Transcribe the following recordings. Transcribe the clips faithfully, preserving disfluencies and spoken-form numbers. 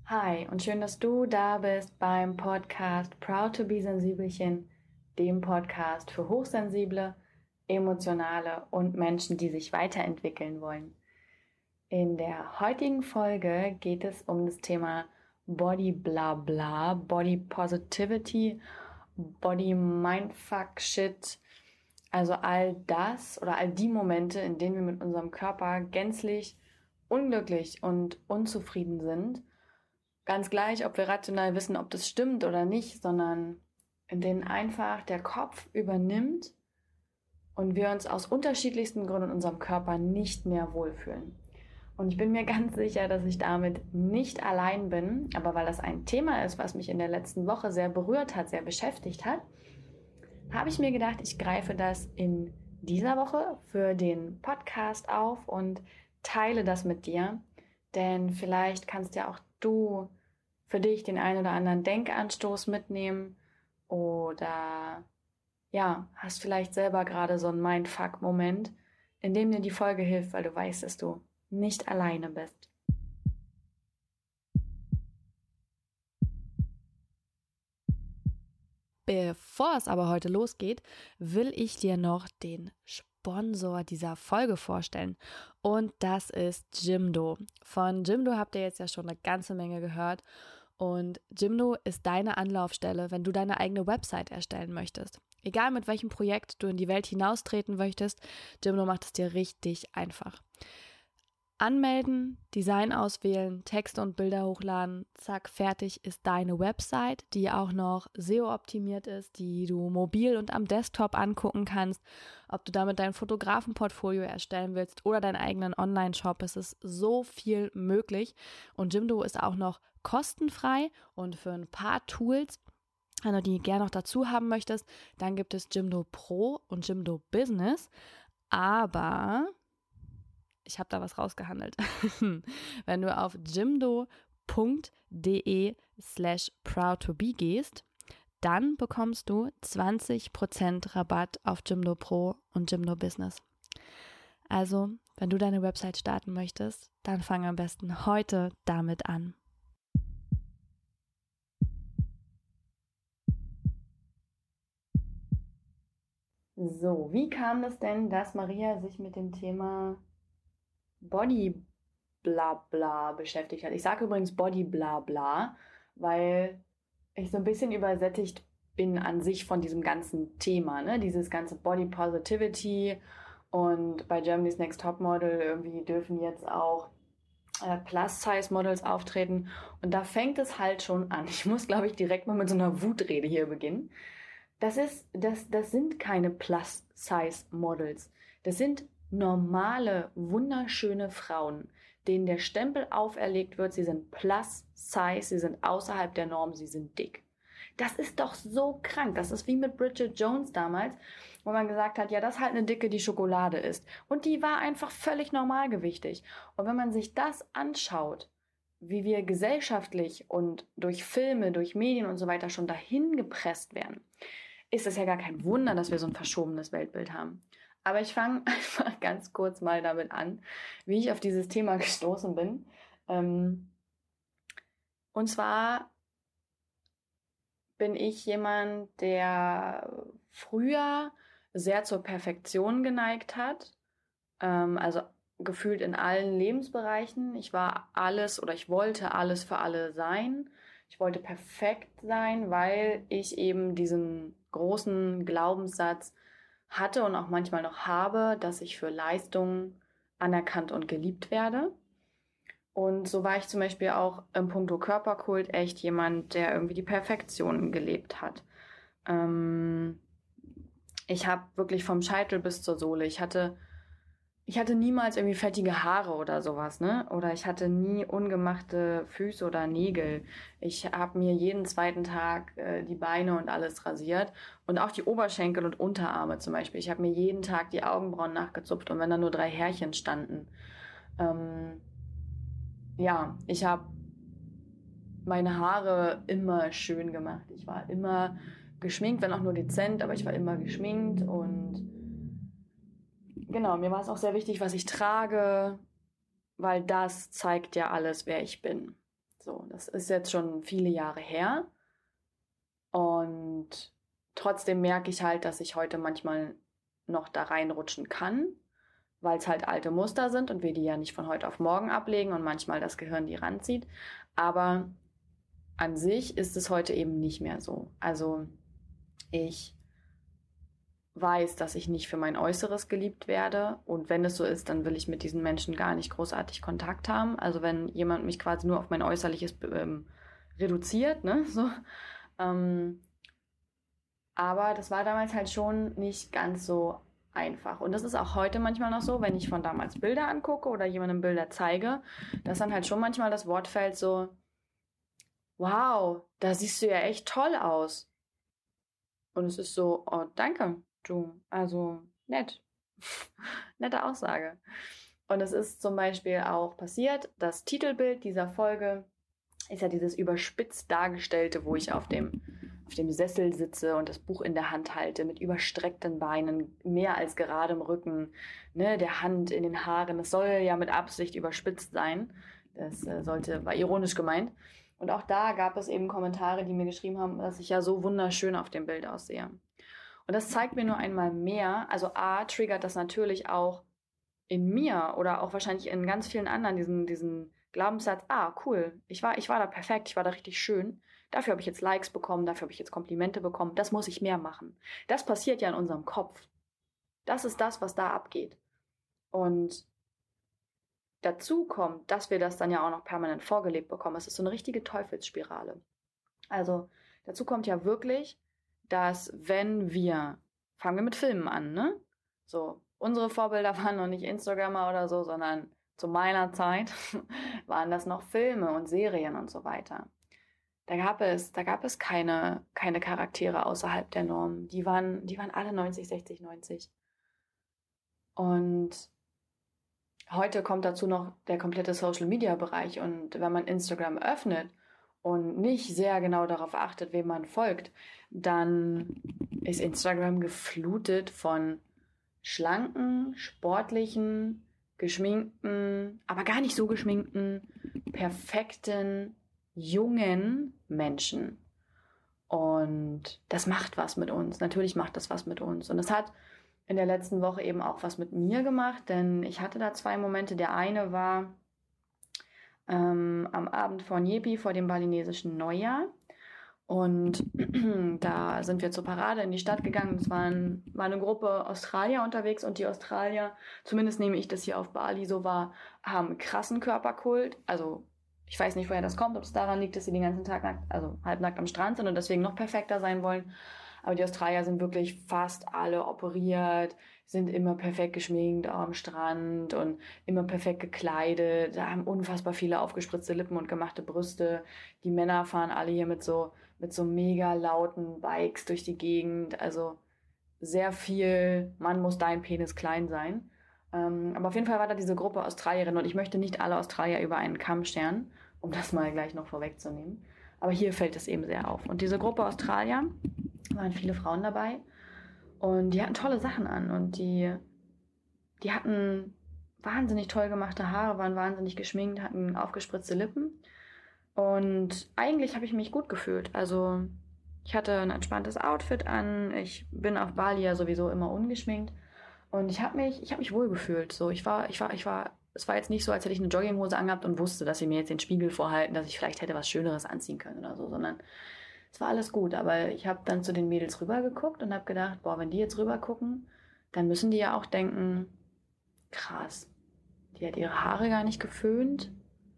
Hi und schön, dass du da bist beim Podcast Proud to be Sensibelchen, dem Podcast für Hochsensible, Emotionale und Menschen, die sich weiterentwickeln wollen. In der heutigen Folge geht es um das Thema Body bla bla, Body Positivity, Body Mindfuck Shit, also all das oder all die Momente, in denen wir mit unserem Körper gänzlich unglücklich und unzufrieden sind. Ganz gleich, ob wir rational wissen, ob das stimmt oder nicht, sondern in denen einfach der Kopf übernimmt und wir uns aus unterschiedlichsten Gründen in unserem Körper nicht mehr wohlfühlen. Und ich bin mir ganz sicher, dass ich damit nicht allein bin, aber weil das ein Thema ist, was mich in der letzten Woche sehr berührt hat, sehr beschäftigt hat, habe ich mir gedacht, ich greife das in dieser Woche für den Podcast auf und teile das mit dir, denn vielleicht kannst ja auch du für dich den einen oder anderen Denkanstoß mitnehmen oder ja, hast vielleicht selber gerade so einen Mindfuck-Moment, in dem dir die Folge hilft, weil du weißt, dass du nicht alleine bist. Bevor es aber heute losgeht, will ich dir noch den Sponsor dieser Folge vorstellen. Und das ist Jimdo. Von Jimdo habt ihr jetzt ja schon eine ganze Menge gehört. Und Jimdo ist deine Anlaufstelle, wenn du deine eigene Website erstellen möchtest. Egal mit welchem Projekt du in die Welt hinaustreten möchtest, Jimdo macht es dir richtig einfach. Anmelden, Design auswählen, Texte und Bilder hochladen, zack, fertig ist deine Website, die auch noch S E O-optimiert ist, die du mobil und am Desktop angucken kannst. Ob du damit dein Fotografenportfolio erstellen willst oder deinen eigenen Online-Shop, es ist so viel möglich. Und Jimdo ist auch noch kostenfrei und für ein paar Tools, wenn du die gerne noch dazu haben möchtest, dann gibt es Jimdo Pro und Jimdo Business, aber ich habe da was rausgehandelt. Wenn du auf jimdo.de slash proud to be gehst, dann bekommst du zwanzig Prozent Rabatt auf Jimdo Pro und Jimdo Business. Also, wenn du deine Website starten möchtest, dann fang am besten heute damit an. So, wie kam es denn, dass Maria sich mit dem Thema Body bla bla beschäftigt hat? Ich sage übrigens Body bla bla, weil ich so ein bisschen übersättigt bin an sich von diesem ganzen Thema, ne? Dieses ganze Body Positivity und bei Germany's Next Topmodel irgendwie dürfen jetzt auch äh, Plus-Size-Models auftreten und da fängt es halt schon an. Ich muss, glaube ich, direkt mal mit so einer Wutrede hier beginnen. Das ist, das, das sind keine Plus-Size-Models. Das sind normale, wunderschöne Frauen, denen der Stempel auferlegt wird, sie sind Plus-Size, sie sind außerhalb der Norm, sie sind dick. Das ist doch so krank. Das ist wie mit Bridget Jones damals, wo man gesagt hat, ja, das ist halt eine Dicke, die Schokolade isst. Und die war einfach völlig normalgewichtig. Und wenn man sich das anschaut, wie wir gesellschaftlich und durch Filme, durch Medien und so weiter schon dahin gepresst werden, ist es ja gar kein Wunder, dass wir so ein verschobenes Weltbild haben. Aber ich fange einfach ganz kurz mal damit an, wie ich auf dieses Thema gestoßen bin. Und zwar bin ich jemand, der früher sehr zur Perfektion geneigt hat. Also gefühlt in allen Lebensbereichen. Ich war alles oder ich wollte alles für alle sein. Ich wollte perfekt sein, weil ich eben diesen großen Glaubenssatz hatte und auch manchmal noch habe, dass ich für Leistungen anerkannt und geliebt werde. Und so war ich zum Beispiel auch im Punkto Körperkult echt jemand, der irgendwie die Perfektion gelebt hat. Ähm, ich habe wirklich vom Scheitel bis zur Sohle, ich hatte Ich hatte niemals irgendwie fettige Haare oder sowas, ne? Oder ich hatte nie ungemachte Füße oder Nägel. Ich habe mir jeden zweiten Tag äh, die Beine und alles rasiert und auch die Oberschenkel und Unterarme zum Beispiel. Ich habe mir jeden Tag die Augenbrauen nachgezupft und wenn da nur drei Härchen standen. Ähm, ja, ich habe meine Haare immer schön gemacht. Ich war immer geschminkt, wenn auch nur dezent, aber ich war immer geschminkt und genau, mir war es auch sehr wichtig, was ich trage, weil das zeigt ja alles, wer ich bin. So, das ist jetzt schon viele Jahre her. Und trotzdem merke ich halt, dass ich heute manchmal noch da reinrutschen kann, weil es halt alte Muster sind und wir die ja nicht von heute auf morgen ablegen und manchmal das Gehirn die ranzieht. Aber an sich ist es heute eben nicht mehr so. Also ich weiß, dass ich nicht für mein Äußeres geliebt werde. Und wenn es so ist, dann will ich mit diesen Menschen gar nicht großartig Kontakt haben. Also wenn jemand mich quasi nur auf mein Äußerliches ähm, reduziert, ne, so. Ähm, aber das war damals halt schon nicht ganz so einfach. Und das ist auch heute manchmal noch so, wenn ich von damals Bilder angucke oder jemandem Bilder zeige, dass dann halt schon manchmal das Wort fällt so, wow, da siehst du ja echt toll aus. Und es ist so, oh, danke, du, also nett. Nette Aussage. Und es ist zum Beispiel auch passiert, das Titelbild dieser Folge ist ja dieses überspitzt dargestellte, wo ich auf dem, auf dem Sessel sitze und das Buch in der Hand halte, mit überstreckten Beinen, mehr als geradem Rücken, ne, der Hand in den Haaren. Das soll ja mit Absicht überspitzt sein. Das äh, sollte, war ironisch gemeint. Und auch da gab es eben Kommentare, die mir geschrieben haben, dass ich ja so wunderschön auf dem Bild aussehe. Und das zeigt mir nur einmal mehr, also A, triggert das natürlich auch in mir oder auch wahrscheinlich in ganz vielen anderen diesen, diesen Glaubenssatz, ah, cool, ich war, ich war da perfekt, ich war da richtig schön. Dafür habe ich jetzt Likes bekommen, dafür habe ich jetzt Komplimente bekommen. Das muss ich mehr machen. Das passiert ja in unserem Kopf. Das ist das, was da abgeht. Und dazu kommt, dass wir das dann ja auch noch permanent vorgelebt bekommen. Es ist so eine richtige Teufelsspirale. Also dazu kommt ja wirklich, dass wenn wir, fangen wir mit Filmen an, ne? So, unsere Vorbilder waren noch nicht Instagrammer oder so, sondern zu meiner Zeit waren das noch Filme und Serien und so weiter. Da gab es, da gab es keine, keine Charaktere außerhalb der Norm. Die waren, die waren alle neunzig, sechzig, neunzig. Und heute kommt dazu noch der komplette Social-Media-Bereich. Und wenn man Instagram öffnet und nicht sehr genau darauf achtet, wem man folgt, dann ist Instagram geflutet von schlanken, sportlichen, geschminkten, aber gar nicht so geschminkten, perfekten, jungen Menschen. Und das macht was mit uns. Natürlich macht das was mit uns. Und es hat in der letzten Woche eben auch was mit mir gemacht, denn ich hatte da zwei Momente. Der eine war ähm, am Abend vor Nyepi, vor dem balinesischen Neujahr. Und da sind wir zur Parade in die Stadt gegangen. Es waren, war eine Gruppe Australier unterwegs und die Australier, zumindest nehme ich das hier auf Bali so wahr, haben einen krassen Körperkult. Also ich weiß nicht, woher das kommt, ob es daran liegt, dass sie den ganzen Tag nackt, also halbnackt am Strand sind und deswegen noch perfekter sein wollen. Aber die Australier sind wirklich fast alle operiert, sind immer perfekt geschminkt am Strand und immer perfekt gekleidet, da haben unfassbar viele aufgespritzte Lippen und gemachte Brüste. Die Männer fahren alle hier mit so, mit so mega lauten Bikes durch die Gegend, also sehr viel, Mann, muss dein Penis klein sein. Ähm, aber auf jeden Fall war da diese Gruppe Australierinnen und ich möchte nicht alle Australier über einen Kamm scheren, um das mal gleich noch vorwegzunehmen. Aber hier fällt es eben sehr auf. Und diese Gruppe Australier, waren viele Frauen dabei und die hatten tolle Sachen an und die, die hatten wahnsinnig toll gemachte Haare, waren wahnsinnig geschminkt, hatten aufgespritzte Lippen und eigentlich habe ich mich gut gefühlt. Also ich hatte ein entspanntes Outfit an, ich bin auf Bali ja sowieso immer ungeschminkt und ich habe mich, ich habe mich wohl gefühlt. So, ich war, ich war, ich war, es war jetzt nicht so, als hätte ich eine Jogginghose angehabt und wusste, dass sie mir jetzt den Spiegel vorhalten, dass ich vielleicht hätte was Schöneres anziehen können oder so, sondern es war alles gut, aber ich habe dann zu den Mädels rübergeguckt und habe gedacht, boah, wenn die jetzt rüber gucken, dann müssen die ja auch denken, krass, die hat ihre Haare gar nicht geföhnt,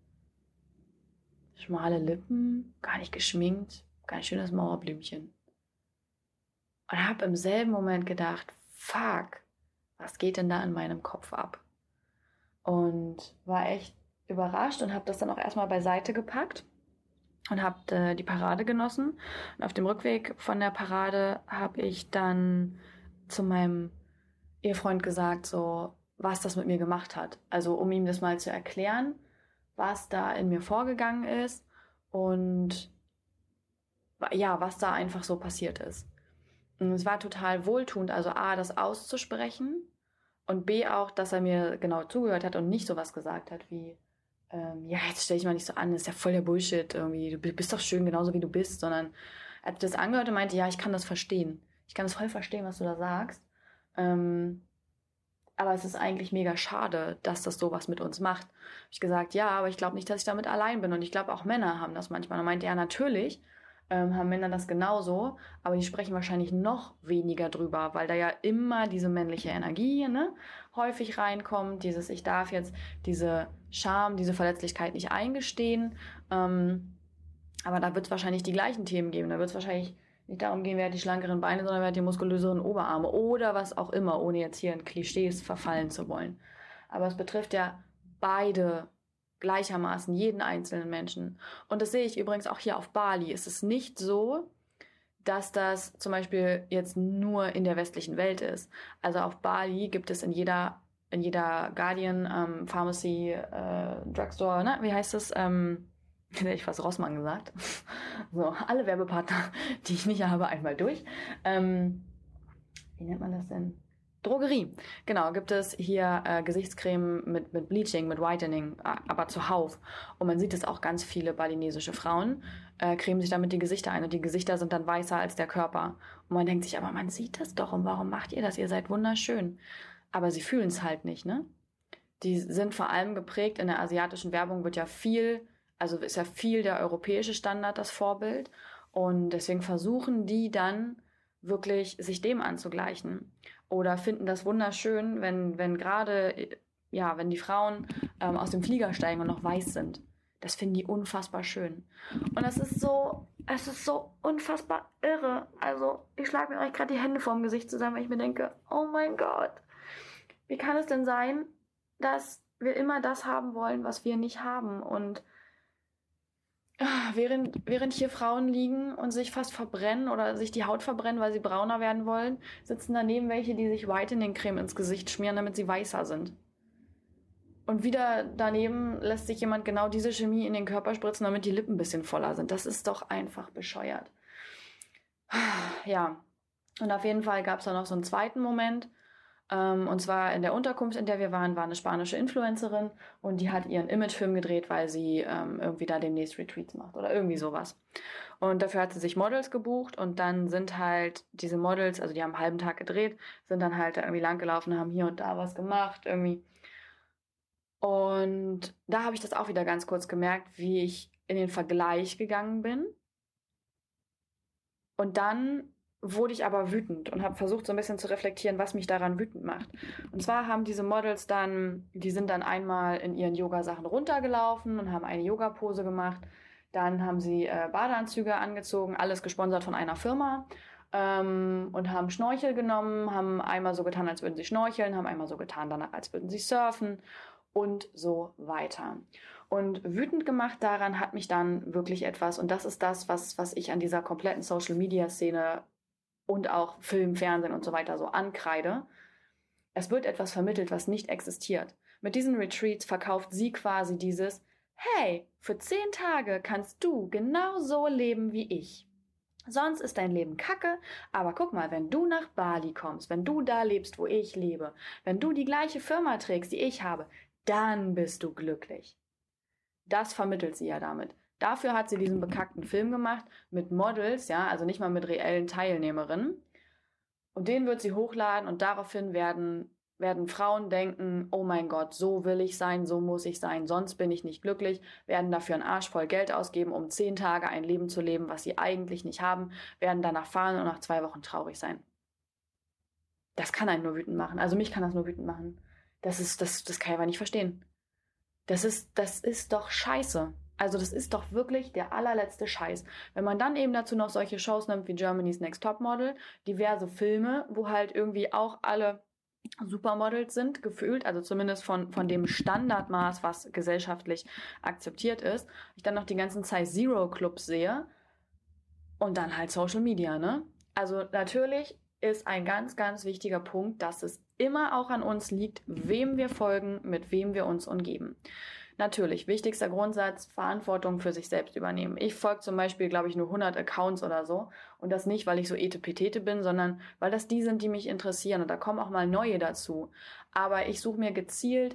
schmale Lippen, gar nicht geschminkt, gar nicht schönes Mauerblümchen. Und habe im selben Moment gedacht, fuck, was geht denn da in meinem Kopf ab? Und war echt überrascht und habe das dann auch erstmal beiseite gepackt. Und habe äh, die Parade genossen. Und auf dem Rückweg von der Parade habe ich dann zu meinem Ehefreund gesagt, so was das mit mir gemacht hat. Also um ihm das mal zu erklären, was da in mir vorgegangen ist und ja, was da einfach so passiert ist. Und es war total wohltuend, also A, das auszusprechen und B auch, dass er mir genau zugehört hat und nicht sowas gesagt hat wie, ähm, ja, jetzt stell dich mal nicht so an, das ist ja voll der Bullshit irgendwie, du bist doch schön genauso wie du bist, sondern er hat das angehört und meinte, ja, ich kann das verstehen. Ich kann das voll verstehen, was du da sagst. Ähm, aber es ist eigentlich mega schade, dass das sowas mit uns macht. Hab ich gesagt, ja, aber ich glaube nicht, dass ich damit allein bin. Und ich glaube, auch Männer haben das manchmal. Und er meinte, ja, natürlich ähm, haben Männer das genauso, aber die sprechen wahrscheinlich noch weniger drüber, weil da ja immer diese männliche Energie, ne, häufig reinkommt. Dieses, ich darf jetzt diese Scham, diese Verletzlichkeit nicht eingestehen. Ähm, aber da wird es wahrscheinlich die gleichen Themen geben. Da wird es wahrscheinlich nicht darum gehen, wer hat die schlankeren Beine, sondern wer hat die muskulöseren Oberarme oder was auch immer, ohne jetzt hier in Klischees verfallen zu wollen. Aber es betrifft ja beide gleichermaßen, jeden einzelnen Menschen. Und das sehe ich übrigens auch hier auf Bali. Es ist nicht so, dass das zum Beispiel jetzt nur in der westlichen Welt ist. Also auf Bali gibt es in jeder, in jeder Guardian, ähm, Pharmacy, äh, Drugstore, ne? Wie heißt das? Ähm, hätte ich fast Rossmann gesagt. So, alle Werbepartner, die ich nicht habe, einmal durch. Ähm, wie nennt man das denn? Drogerie. Genau, gibt es hier äh, Gesichtscreme mit, mit Bleaching, mit Whitening, aber zuhauf. Und man sieht es auch, ganz viele balinesische Frauen äh, cremen sich damit die Gesichter ein und die Gesichter sind dann weißer als der Körper. Und man denkt sich, aber man sieht das doch und warum macht ihr das? Ihr seid wunderschön. Aber sie fühlen es halt nicht, ne? Die sind vor allem geprägt, in der asiatischen Werbung wird ja viel, also ist ja viel der europäische Standard das Vorbild. Und deswegen versuchen die dann wirklich sich dem anzugleichen. Oder finden das wunderschön, wenn, wenn gerade, ja, wenn die Frauen ähm, aus dem Flieger steigen und noch weiß sind. Das finden die unfassbar schön. Und das ist so, es ist so unfassbar irre. Also, ich schlage mir euch gerade die Hände vorm Gesicht zusammen, weil ich mir denke, oh mein Gott, wie kann es denn sein, dass wir immer das haben wollen, was wir nicht haben? Und Während, während hier Frauen liegen und sich fast verbrennen oder sich die Haut verbrennen, weil sie brauner werden wollen, sitzen daneben welche, die sich Whitening-Creme ins Gesicht schmieren, damit sie weißer sind. Und wieder daneben lässt sich jemand genau diese Chemie in den Körper spritzen, damit die Lippen ein bisschen voller sind. Das ist doch einfach bescheuert. Ja, und auf jeden Fall gab es da noch so einen zweiten Moment. Und zwar in der Unterkunft, in der wir waren, war eine spanische Influencerin und die hat ihren Imagefilm gedreht, weil sie ähm, irgendwie da demnächst Retreats macht oder irgendwie sowas. Und dafür hat sie sich Models gebucht und dann sind halt diese Models, also die haben einen halben Tag gedreht, sind dann halt da irgendwie langgelaufen, haben hier und da was gemacht irgendwie. Und da habe ich das auch wieder ganz kurz gemerkt, wie ich in den Vergleich gegangen bin. Und dann wurde ich aber wütend und habe versucht, so ein bisschen zu reflektieren, was mich daran wütend macht. Und zwar haben diese Models dann, die sind dann einmal in ihren Yoga-Sachen runtergelaufen und haben eine Yoga-Pose gemacht. Dann haben sie äh, Badeanzüge angezogen, alles gesponsert von einer Firma, ähm, und haben Schnorchel genommen, haben einmal so getan, als würden sie schnorcheln, haben einmal so getan, danach, als würden sie surfen und so weiter. Und wütend gemacht daran hat mich dann wirklich etwas, und das ist das, was, was ich an dieser kompletten Social-Media-Szene und auch Film, Fernsehen und so weiter so ankreide. Es wird etwas vermittelt, was nicht existiert. Mit diesen Retreats verkauft sie quasi dieses, hey, für zehn Tage kannst du genau so leben wie ich. Sonst ist dein Leben kacke, aber guck mal, wenn du nach Bali kommst, wenn du da lebst, wo ich lebe, wenn du die gleiche Firma trägst, die ich habe, dann bist du glücklich. Das vermittelt sie ja damit. Dafür hat sie diesen bekackten Film gemacht mit Models, ja, also nicht mal mit reellen Teilnehmerinnen. Und den wird sie hochladen und daraufhin werden, werden Frauen denken, oh mein Gott, so will ich sein, so muss ich sein, sonst bin ich nicht glücklich, werden dafür einen Arsch voll Geld ausgeben, um zehn Tage ein Leben zu leben, was sie eigentlich nicht haben, werden danach fahren und nach zwei Wochen traurig sein. Das kann einen nur wütend machen. Also mich kann das nur wütend machen. Das ist, das, das kann ich aber nicht verstehen. Das ist, das ist doch scheiße. Also das ist doch wirklich der allerletzte Scheiß. Wenn man dann eben dazu noch solche Shows nimmt wie Germany's Next Topmodel, diverse Filme, wo halt irgendwie auch alle Supermodels sind, gefühlt, also zumindest von, von dem Standardmaß, was gesellschaftlich akzeptiert ist, ich dann noch die ganzen Size Zero Clubs sehe und dann halt Social Media, ne? Also natürlich ist ein ganz, ganz wichtiger Punkt, dass es immer auch an uns liegt, wem wir folgen, mit wem wir uns umgeben. Natürlich, wichtigster Grundsatz, Verantwortung für sich selbst übernehmen. Ich folge zum Beispiel, glaube ich, nur hundert Accounts oder so. Und das nicht, weil ich so etepetete bin, sondern weil das die sind, die mich interessieren. Und da kommen auch mal neue dazu. Aber ich suche mir gezielt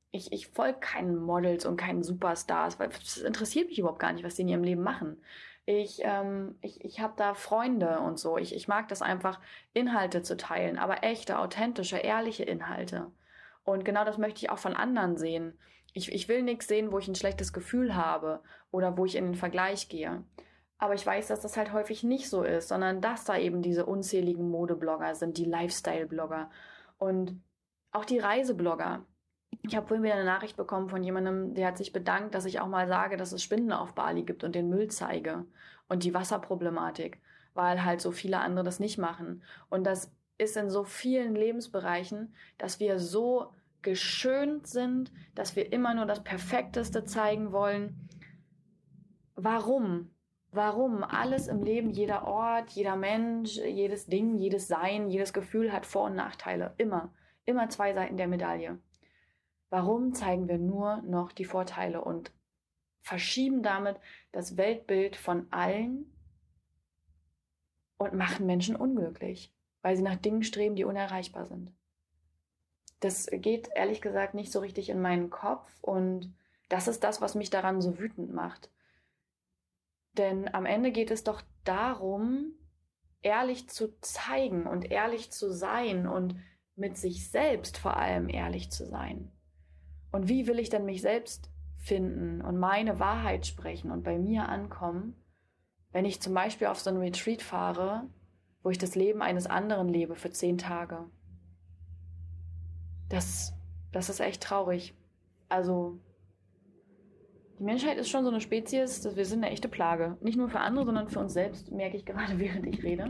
Ich, ich folge keinen Models und keinen Superstars, weil das interessiert mich überhaupt gar nicht, was die in ihrem Leben machen. Ich, ähm, ich, ich habe da Freunde und so. Ich, ich mag das einfach, Inhalte zu teilen, aber echte, authentische, ehrliche Inhalte. Und genau das möchte ich auch von anderen sehen. Ich, ich will nichts sehen, wo ich ein schlechtes Gefühl habe oder wo ich in den Vergleich gehe. Aber ich weiß, dass das halt häufig nicht so ist, sondern dass da eben diese unzähligen Modeblogger sind, die Lifestyle-Blogger und auch die Reiseblogger. Ich habe vorhin wieder eine Nachricht bekommen von jemandem, der hat sich bedankt, dass ich auch mal sage, dass es Spinnen auf Bali gibt und den Müll zeige und die Wasserproblematik, weil halt so viele andere das nicht machen. Und das ist in so vielen Lebensbereichen, dass wir so geschönt sind, dass wir immer nur das Perfekteste zeigen wollen. Warum? Warum? Alles im Leben, jeder Ort, jeder Mensch, jedes Ding, jedes Sein, jedes Gefühl hat Vor- und Nachteile. Immer. Immer zwei Seiten der Medaille. Warum zeigen wir nur noch die Vorteile und verschieben damit das Weltbild von allen und machen Menschen unglücklich, weil sie nach Dingen streben, die unerreichbar sind? Das geht ehrlich gesagt nicht so richtig in meinen Kopf und das ist das, was mich daran so wütend macht. Denn am Ende geht es doch darum, ehrlich zu zeigen und ehrlich zu sein und mit sich selbst vor allem ehrlich zu sein. Und wie will ich denn mich selbst finden und meine Wahrheit sprechen und bei mir ankommen, wenn ich zum Beispiel auf so einen Retreat fahre, wo ich das Leben eines anderen lebe für zehn Tage? Das, das ist echt traurig. Also die Menschheit ist schon so eine Spezies, dass wir sind eine echte Plage. Nicht nur für andere, sondern für uns selbst, merke ich gerade, während ich rede.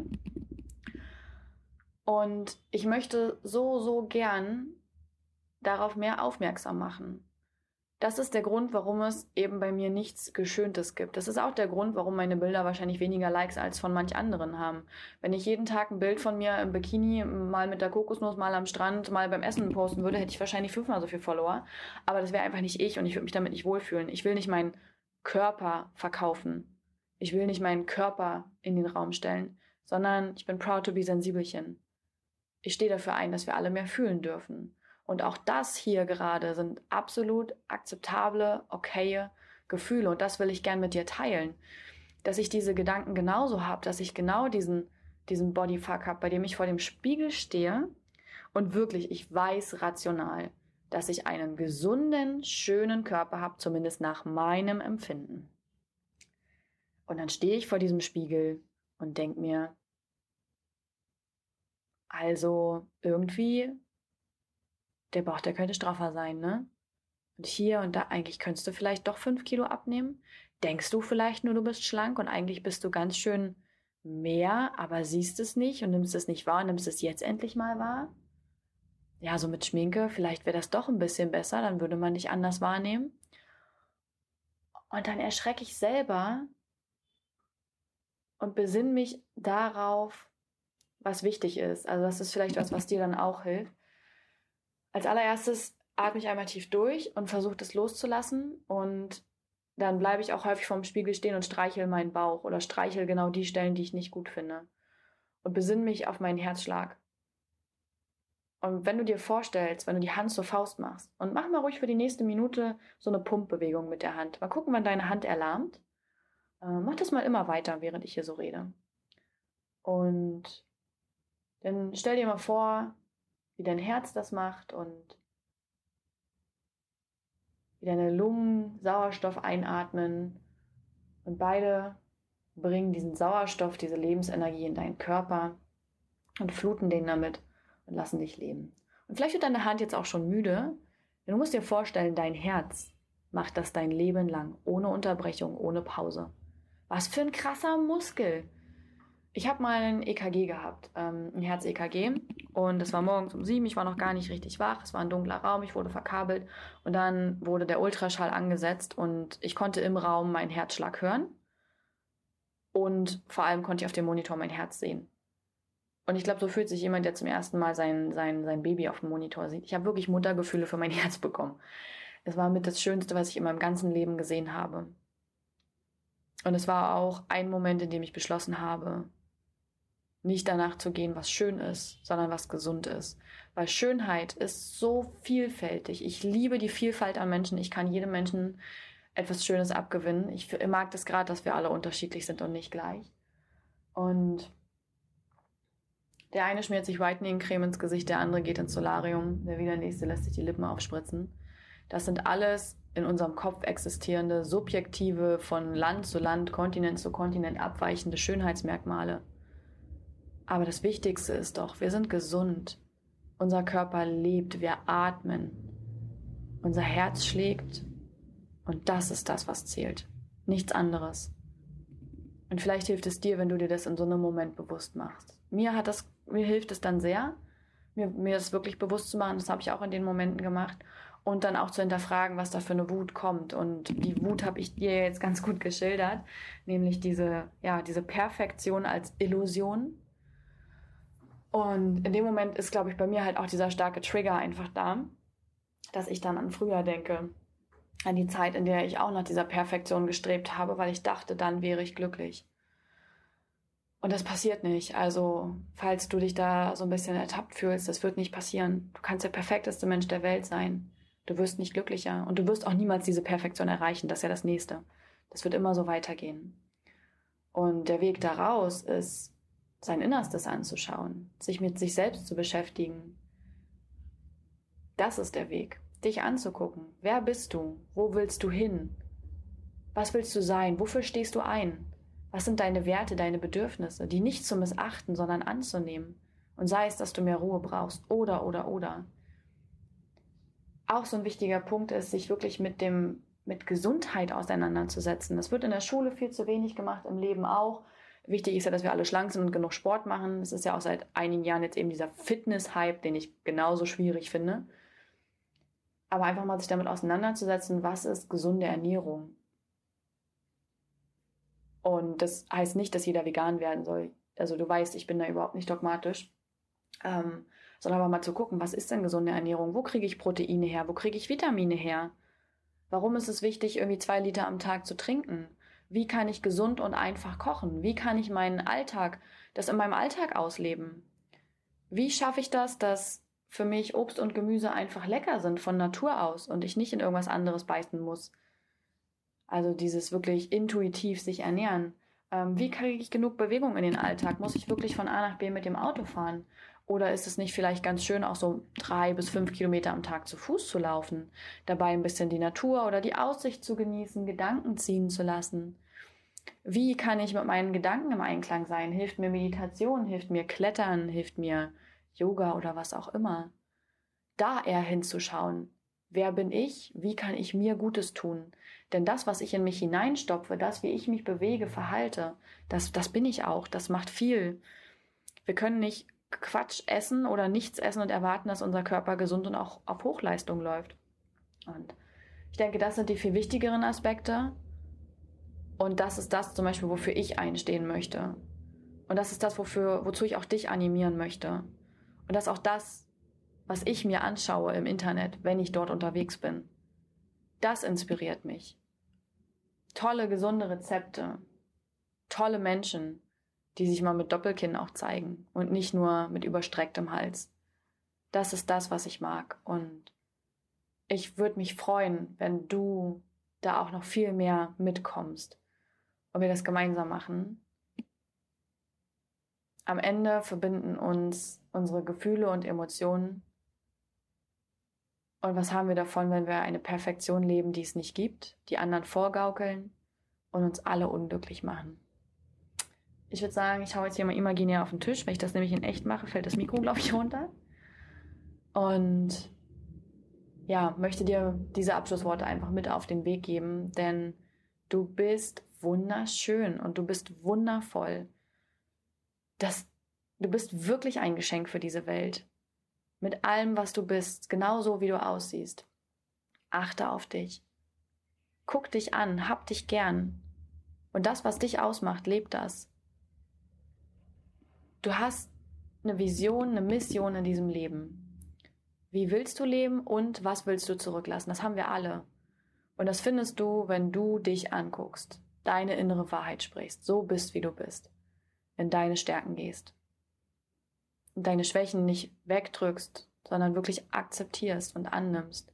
Und ich möchte so, so gern darauf mehr aufmerksam machen. Das ist der Grund, warum es eben bei mir nichts Geschöntes gibt. Das ist auch der Grund, warum meine Bilder wahrscheinlich weniger Likes als von manch anderen haben. Wenn ich jeden Tag ein Bild von mir im Bikini, mal mit der Kokosnuss, mal am Strand, mal beim Essen posten würde, hätte ich wahrscheinlich fünfmal so viel Follower. Aber das wäre einfach nicht ich und ich würde mich damit nicht wohlfühlen. Ich will nicht meinen Körper verkaufen. Ich will nicht meinen Körper in den Raum stellen, sondern ich bin proud to be Sensibelchen. Ich stehe dafür ein, dass wir alle mehr fühlen dürfen. Und auch das hier gerade sind absolut akzeptable, okaye Gefühle. Und das will ich gern mit dir teilen. Dass ich diese Gedanken genauso habe, dass ich genau diesen, diesen Bodyfuck habe, bei dem ich vor dem Spiegel stehe und wirklich, ich weiß rational, dass ich einen gesunden, schönen Körper habe, zumindest nach meinem Empfinden. Und dann stehe ich vor diesem Spiegel und denke mir, also irgendwie, der Bauch, der könnte straffer sein, ne? Und hier und da, eigentlich könntest du vielleicht doch fünf Kilo abnehmen. Denkst du vielleicht nur, du bist schlank und eigentlich bist du ganz schön mehr, aber siehst es nicht und nimmst es nicht wahr und nimmst es jetzt endlich mal wahr? Ja, so mit Schminke, vielleicht wäre das doch ein bisschen besser, dann würde man dich anders wahrnehmen. Und dann erschrecke ich selber und besinne mich darauf, was wichtig ist. Also das ist vielleicht was, was dir dann auch hilft. Als allererstes atme ich einmal tief durch und versuche das loszulassen und dann bleibe ich auch häufig vorm Spiegel stehen und streichel meinen Bauch oder streichel genau die Stellen, die ich nicht gut finde und besinne mich auf meinen Herzschlag. Und wenn du dir vorstellst, wenn du die Hand zur Faust machst und mach mal ruhig für die nächste Minute so eine Pumpbewegung mit der Hand. Mal gucken, wann deine Hand erlahmt. Äh, mach das mal immer weiter, während ich hier so rede. Und dann stell dir mal vor, wie dein Herz das macht und wie deine Lungen Sauerstoff einatmen und beide bringen diesen Sauerstoff, diese Lebensenergie in deinen Körper und fluten den damit und lassen dich leben. Und vielleicht wird deine Hand jetzt auch schon müde, denn du musst dir vorstellen, dein Herz macht das dein Leben lang, ohne Unterbrechung, ohne Pause. Was für ein krasser Muskel! Ich habe mal ein E K G gehabt, ähm, ein Herz-E K G und es war morgens um sieben, ich war noch gar nicht richtig wach, es war ein dunkler Raum, ich wurde verkabelt und dann wurde der Ultraschall angesetzt und ich konnte im Raum meinen Herzschlag hören und vor allem konnte ich auf dem Monitor mein Herz sehen. Und ich glaube, so fühlt sich jemand, der zum ersten Mal sein, sein, sein Baby auf dem Monitor sieht. Ich habe wirklich Muttergefühle für mein Herz bekommen. Es war mit das Schönste, was ich in meinem ganzen Leben gesehen habe. Und es war auch ein Moment, in dem ich beschlossen habe, nicht danach zu gehen, was schön ist, sondern was gesund ist. Weil Schönheit ist so vielfältig. Ich liebe die Vielfalt an Menschen. Ich kann jedem Menschen etwas Schönes abgewinnen. Ich mag das gerade, dass wir alle unterschiedlich sind und nicht gleich. Und der eine schmiert sich Whitening-Creme ins Gesicht, der andere geht ins Solarium, der wieder nächste lässt sich die Lippen aufspritzen. Das sind alles in unserem Kopf existierende, subjektive, von Land zu Land, Kontinent zu Kontinent abweichende Schönheitsmerkmale. Aber das Wichtigste ist doch, wir sind gesund. Unser Körper lebt, wir atmen. Unser Herz schlägt und das ist das, was zählt. Nichts anderes. Und vielleicht hilft es dir, wenn du dir das in so einem Moment bewusst machst. Mir hat das, mir hilft es dann sehr, mir, mir das wirklich bewusst zu machen. Das habe ich auch in den Momenten gemacht. Und dann auch zu hinterfragen, was da für eine Wut kommt. Und die Wut habe ich dir jetzt ganz gut geschildert. Nämlich diese, ja, diese Perfektion als Illusion. Und in dem Moment ist, glaube ich, bei mir halt auch dieser starke Trigger einfach da, dass ich dann an früher denke. An die Zeit, in der ich auch nach dieser Perfektion gestrebt habe, weil ich dachte, dann wäre ich glücklich. Und das passiert nicht. Also, falls du dich da so ein bisschen ertappt fühlst, das wird nicht passieren. Du kannst der perfekteste Mensch der Welt sein. Du wirst nicht glücklicher. Und du wirst auch niemals diese Perfektion erreichen. Das ist ja das Nächste. Das wird immer so weitergehen. Und der Weg daraus ist, sein Innerstes anzuschauen, sich mit sich selbst zu beschäftigen. Das ist der Weg. Dich anzugucken. Wer bist du? Wo willst du hin? Was willst du sein? Wofür stehst du ein? Was sind deine Werte, deine Bedürfnisse? Die nicht zu missachten, sondern anzunehmen. Und sei es, dass du mehr Ruhe brauchst. Oder, oder, oder. Auch so ein wichtiger Punkt ist, sich wirklich mit dem, mit Gesundheit auseinanderzusetzen. Das wird in der Schule viel zu wenig gemacht, im Leben auch. Wichtig ist ja, dass wir alle schlank sind und genug Sport machen. Es ist ja auch seit einigen Jahren jetzt eben dieser Fitness-Hype, den ich genauso schwierig finde. Aber einfach mal sich damit auseinanderzusetzen, was ist gesunde Ernährung? Und das heißt nicht, dass jeder vegan werden soll. Also du weißt, ich bin da überhaupt nicht dogmatisch. Ähm, sondern aber mal zu gucken, was ist denn gesunde Ernährung? Wo kriege ich Proteine her? Wo kriege ich Vitamine her? Warum ist es wichtig, irgendwie zwei Liter am Tag zu trinken? Wie kann ich gesund und einfach kochen? Wie kann ich meinen Alltag, das in meinem Alltag ausleben? Wie schaffe ich das, dass für mich Obst und Gemüse einfach lecker sind von Natur aus und ich nicht in irgendwas anderes beißen muss? Also dieses wirklich intuitiv sich ernähren. Ähm, wie kriege ich genug Bewegung in den Alltag? Muss ich wirklich von A nach B mit dem Auto fahren? Oder ist es nicht vielleicht ganz schön, auch so drei bis fünf Kilometer am Tag zu Fuß zu laufen? Dabei ein bisschen die Natur oder die Aussicht zu genießen, Gedanken ziehen zu lassen? Wie kann ich mit meinen Gedanken im Einklang sein? Hilft mir Meditation? Hilft mir Klettern? Hilft mir Yoga oder was auch immer? Da eher hinzuschauen. Wer bin ich? Wie kann ich mir Gutes tun? Denn das, was ich in mich hineinstopfe, das, wie ich mich bewege, verhalte, das, das bin ich auch. Das macht viel. Wir können nicht Quatsch essen oder nichts essen und erwarten, dass unser Körper gesund und auch auf Hochleistung läuft. Und ich denke, das sind die viel wichtigeren Aspekte. Und das ist das zum Beispiel, wofür ich einstehen möchte. Und das ist das, wofür, wozu ich auch dich animieren möchte. Und das ist auch das, was ich mir anschaue im Internet, wenn ich dort unterwegs bin. Das inspiriert mich. Tolle, gesunde Rezepte. Tolle Menschen, die sich mal mit Doppelkinn auch zeigen und nicht nur mit überstrecktem Hals. Das ist das, was ich mag. Und ich würde mich freuen, wenn du da auch noch viel mehr mitkommst und wir das gemeinsam machen. Am Ende verbinden uns unsere Gefühle und Emotionen. Und was haben wir davon, wenn wir eine Perfektion leben, die es nicht gibt, die anderen vorgaukeln und uns alle unglücklich machen? Ich würde sagen, ich hau jetzt hier mal imaginär auf den Tisch. Wenn ich das nämlich in echt mache, fällt das Mikro, glaube ich, runter. Und ja, möchte dir diese Abschlussworte einfach mit auf den Weg geben, denn du bist wunderschön und du bist wundervoll. Das, du bist wirklich ein Geschenk für diese Welt. Mit allem, was du bist, genauso wie du aussiehst. Achte auf dich. Guck dich an, hab dich gern. Und das, was dich ausmacht, leb das. Du hast eine Vision, eine Mission in diesem Leben. Wie willst du leben und was willst du zurücklassen? Das haben wir alle. Und das findest du, wenn du dich anguckst, deine innere Wahrheit sprichst, so bist, wie du bist, in deine Stärken gehst. und deine Schwächen nicht wegdrückst, sondern wirklich akzeptierst und annimmst.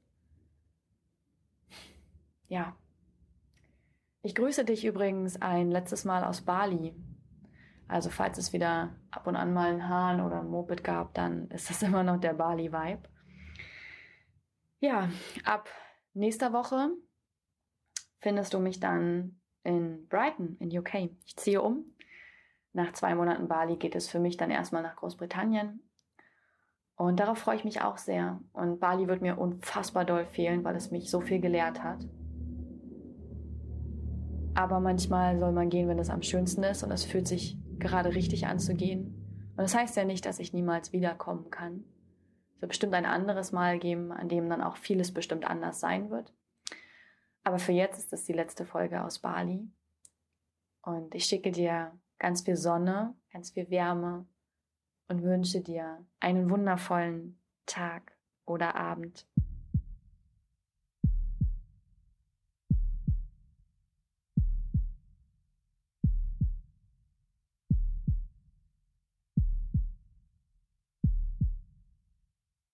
Ja. Ich grüße dich übrigens ein letztes Mal aus Bali. Also falls es wieder ab und an mal einen Hahn oder ein Moped gab, dann ist das immer noch der Bali-Vibe. Ja, ab nächster Woche findest du mich dann in Brighton in U K. Ich ziehe um. Nach zwei Monaten Bali geht es für mich dann erstmal nach Großbritannien. Und darauf freue ich mich auch sehr. Und Bali wird mir unfassbar doll fehlen, weil es mich so viel gelehrt hat. Aber manchmal soll man gehen, wenn es am schönsten ist und es fühlt sich gerade richtig an zu gehen. Und das heißt ja nicht, dass ich niemals wiederkommen kann. Es wird bestimmt ein anderes Mal geben, an dem dann auch vieles bestimmt anders sein wird. Aber für jetzt ist das die letzte Folge aus Bali. Und ich schicke dir ganz viel Sonne, ganz viel Wärme und wünsche dir einen wundervollen Tag oder Abend.